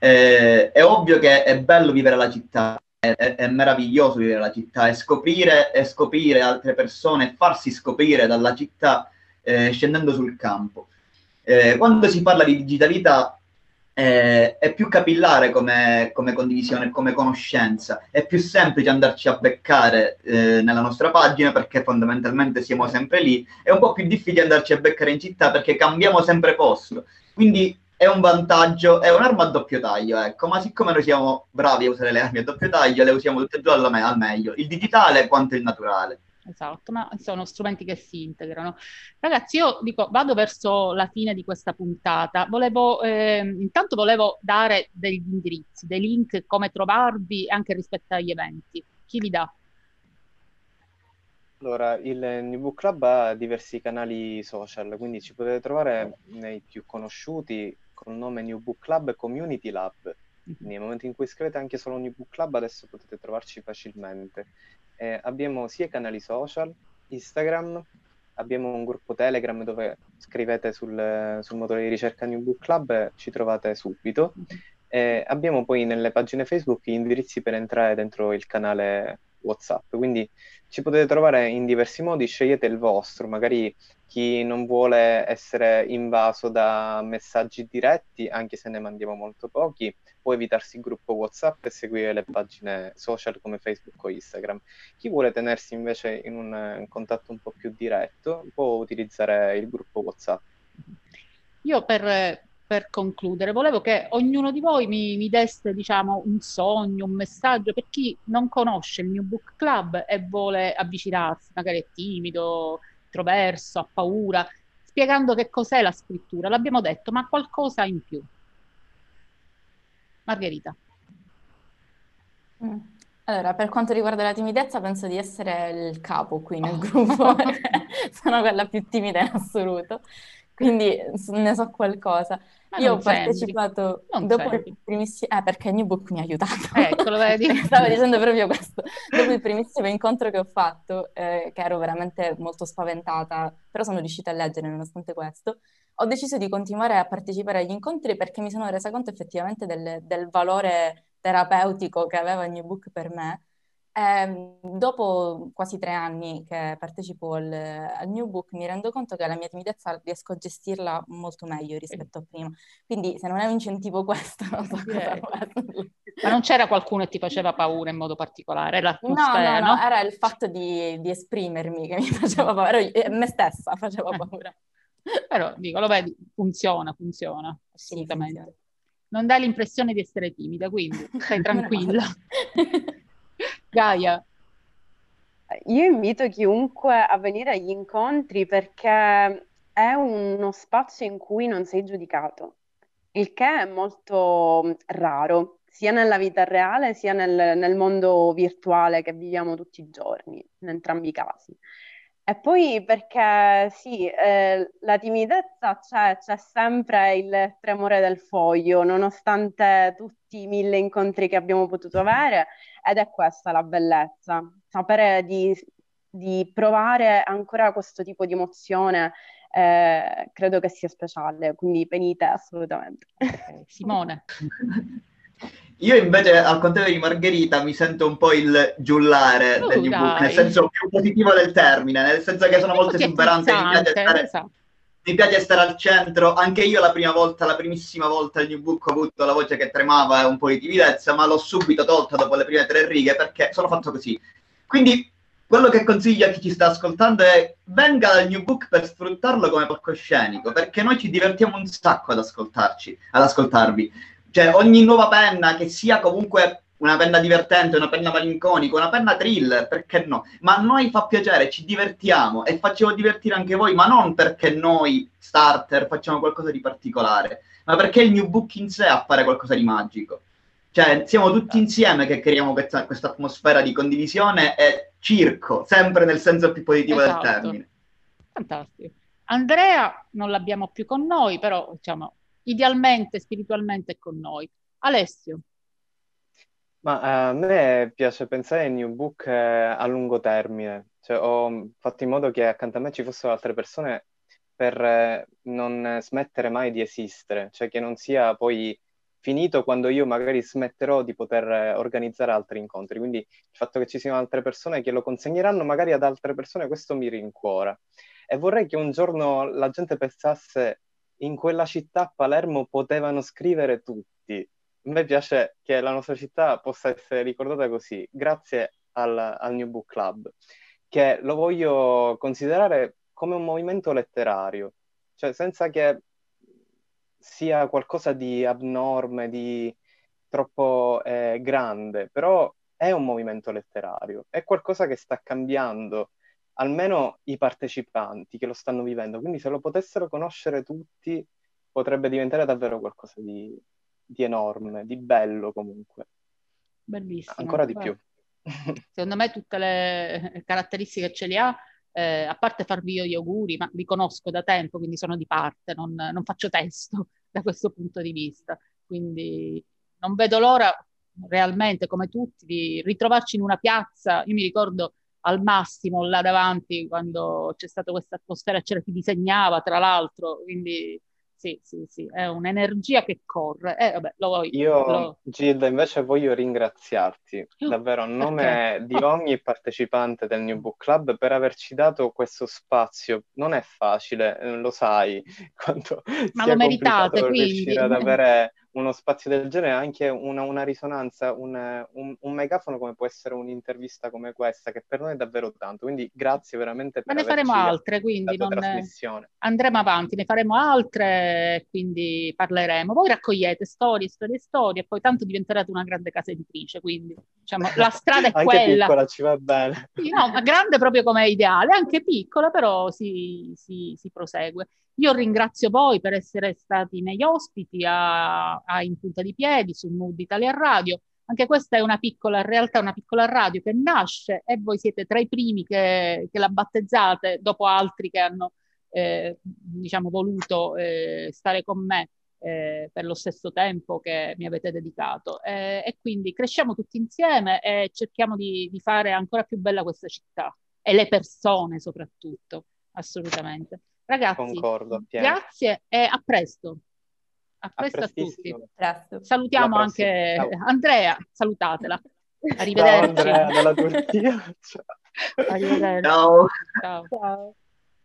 Eh, è ovvio che è bello vivere la città, è, è, è meraviglioso vivere la città e scoprire, e scoprire altre persone e farsi scoprire dalla città eh, scendendo sul campo. Eh, quando si parla di digitalità eh, è più capillare come, come condivisione, come conoscenza, è più semplice andarci a beccare eh, nella nostra pagina perché fondamentalmente siamo sempre lì, è un po' più difficile andarci a beccare in città perché cambiamo sempre posto, quindi è un vantaggio, è un'arma a doppio taglio, ecco, ma siccome noi siamo bravi a usare le armi a doppio taglio, le usiamo tutte e due al, me- al meglio, il digitale quanto il naturale. Esatto, ma sono strumenti che si integrano. Ragazzi, io dico, vado verso la fine di questa puntata. Volevo, ehm, intanto volevo dare degli indirizzi, dei link, come trovarvi anche rispetto agli eventi. Chi li dà? Allora, il New Book Club ha diversi canali social, quindi ci potete trovare nei più conosciuti con il nome New Book Club Community Lab. Quindi nel momento in cui scrivete anche solo New Book Club, adesso potete trovarci facilmente. Eh, abbiamo sia i canali social, Instagram, abbiamo un gruppo Telegram dove scrivete sul, sul motore di ricerca New Book Club e ci trovate subito. Eh, abbiamo poi nelle pagine Facebook gli indirizzi per entrare dentro il canale WhatsApp, quindi ci potete trovare in diversi modi, scegliete il vostro, magari chi non vuole essere invaso da messaggi diretti, anche se ne mandiamo molto pochi, può evitarsi il gruppo WhatsApp e seguire le pagine social come Facebook o Instagram. Chi vuole tenersi invece in un, un contatto un po' più diretto può utilizzare il gruppo WhatsApp. Io per, per concludere, volevo che ognuno di voi mi, mi desse, diciamo, un sogno, un messaggio per chi non conosce il New Book Club e vuole avvicinarsi, magari è timido, introverso, ha paura, spiegando che cos'è la scrittura. L'abbiamo detto, ma qualcosa in più. Margherita. Mm. Allora, per quanto riguarda la timidezza, penso di essere il capo qui nel gruppo, perché sono quella più timida in assoluto, quindi s- ne so qualcosa. Ma Io non ho sembri, partecipato non dopo il sembri. primissimo, eh, perché New Book mi ha aiutato. Ecco, lo vedi? Stavo dicendo proprio questo. Dopo il primissimo incontro che ho fatto, eh, che ero veramente molto spaventata, però sono riuscita a leggere nonostante questo, ho deciso di continuare a partecipare agli incontri perché mi sono resa conto effettivamente del, del valore terapeutico che aveva il New Book per me. Ehm, dopo quasi tre anni che partecipo al, al New Book, mi rendo conto che la mia timidezza riesco a gestirla molto meglio rispetto a prima. Quindi se non è un incentivo questo, non so cosa Direi. farlo. Ma non c'era qualcuno che ti faceva paura in modo particolare? No, no, L'atmosfera, no, no? era il fatto di, di esprimermi che mi faceva paura, ero io- me stessa faceva Eh. paura. Però dico, lo vedi, funziona, funziona, Sì, assolutamente. funziona. Non dai l'impressione di essere timida, quindi stai Meno male. tranquilla. Gaia, Io invito chiunque a venire agli incontri perché è uno spazio in cui non sei giudicato, il che è molto raro. sia nella vita reale sia nel, nel mondo virtuale che viviamo tutti i giorni, in entrambi i casi. E poi perché sì, eh, la timidezza c'è, c'è sempre il tremore del foglio, nonostante tutti i mille incontri che abbiamo potuto avere, ed è questa la bellezza, sapere di, di provare ancora questo tipo di emozione, eh, credo che sia speciale, quindi venite assolutamente. Okay. Simone. Io invece, al contrario di Margherita, mi sento un po' il giullare Oh, del New Book, nel dai. senso più positivo del termine, nel senso che sono molto Così esuberante, mi piace eclissante, stare, esatto. mi piace stare al centro. Anche io la prima volta, la primissima volta al New Book ho avuto la voce che tremava e un po' di timidezza, ma l'ho subito tolta dopo le prime tre righe perché sono fatto così. Quindi quello che consiglio a chi ci sta ascoltando è: venga dal New Book per sfruttarlo come palcoscenico, perché noi ci divertiamo un sacco ad ascoltarci, ad ascoltarvi. Cioè, ogni nuova penna, che sia comunque una penna divertente, una penna malinconica, una penna thriller, perché no? Ma a noi fa piacere, ci divertiamo e facciamo divertire anche voi, ma non perché noi, starter, facciamo qualcosa di particolare, ma perché il New Book in sé ha fare qualcosa di magico. Cioè, siamo tutti insieme che creiamo questa, questa atmosfera di condivisione e circo, sempre nel senso più positivo Esatto. del termine. Fantastico. Andrea non l'abbiamo più con noi, però diciamo idealmente, spiritualmente è con noi. Alessio. Ma eh, a me piace pensare ai New Book eh, a lungo termine. Cioè, ho fatto in modo che accanto a me ci fossero altre persone per eh, non smettere mai di esistere, cioè che non sia poi finito quando io magari smetterò di poter eh, organizzare altri incontri. Quindi il fatto che ci siano altre persone che lo consegneranno magari ad altre persone, questo mi rincuora. E vorrei che un giorno la gente pensasse: in quella città, Palermo, potevano scrivere tutti. A me piace che la nostra città possa essere ricordata così, grazie al, al New Book Club, che lo voglio considerare come un movimento letterario, cioè senza che sia qualcosa di abnorme, di troppo eh, grande, però è un movimento letterario, è qualcosa che sta cambiando, almeno i partecipanti che lo stanno vivendo, quindi se lo potessero conoscere tutti potrebbe diventare davvero qualcosa di, di enorme, di bello comunque. Bellissimo. Ancora di Guarda, più. secondo me tutte le caratteristiche ce le ha, eh, a parte farvi io gli auguri, ma vi conosco da tempo, quindi sono di parte, non, non faccio testo da questo punto di vista, quindi non vedo l'ora realmente, come tutti, di ritrovarci in una piazza. Io mi ricordo al Massimo là davanti quando c'è stata questa atmosfera, c'era chi disegnava tra l'altro, quindi sì, sì, sì, è un'energia che corre. Eh, vabbè, lo vuoi, Io, lo... Gilda, invece voglio ringraziarti davvero a Perché? nome di Oh, ogni partecipante del New Book Club per averci dato questo spazio. Non è facile, eh, lo sai, quanto ma lo sia meritate, complicato quindi... riuscire ad avere uno spazio del genere, anche una, una risonanza, un, un, un megafono come può essere un'intervista come questa, che per noi è davvero tanto. Quindi grazie veramente Ma per ne faremo averci altre, accompagnato quindi alla tua non... trasmissione. andremo avanti, ne faremo altre, quindi parleremo. Voi raccogliete storie, storie, storie, e poi tanto diventerete una grande casa editrice, quindi diciamo, la strada è Anche quella. piccola ci va bene. Sì, no, ma grande proprio come ideale, anche piccola, però si, si, si prosegue. Io ringrazio voi per essere stati miei ospiti a, a In Punta di Piedi su Mood Italia Radio. Anche questa è una piccola realtà, una piccola radio che nasce e voi siete tra i primi che, che la battezzate, dopo altri che hanno eh, diciamo, voluto eh, stare con me eh, per lo stesso tempo che mi avete dedicato. Eh, e quindi cresciamo tutti insieme e cerchiamo di, di fare ancora più bella questa città e le persone soprattutto, assolutamente. Ragazzi, Concordo appieno. grazie e a presto. A A presto a tutti. prestissimo. Presto. Salutiamo Alla prossima. anche Ciao. Andrea, salutatela. Ciao Arrivederci. Andrea dalla Turchia. Ciao. Arrivederci. Ciao. Ciao. Ciao.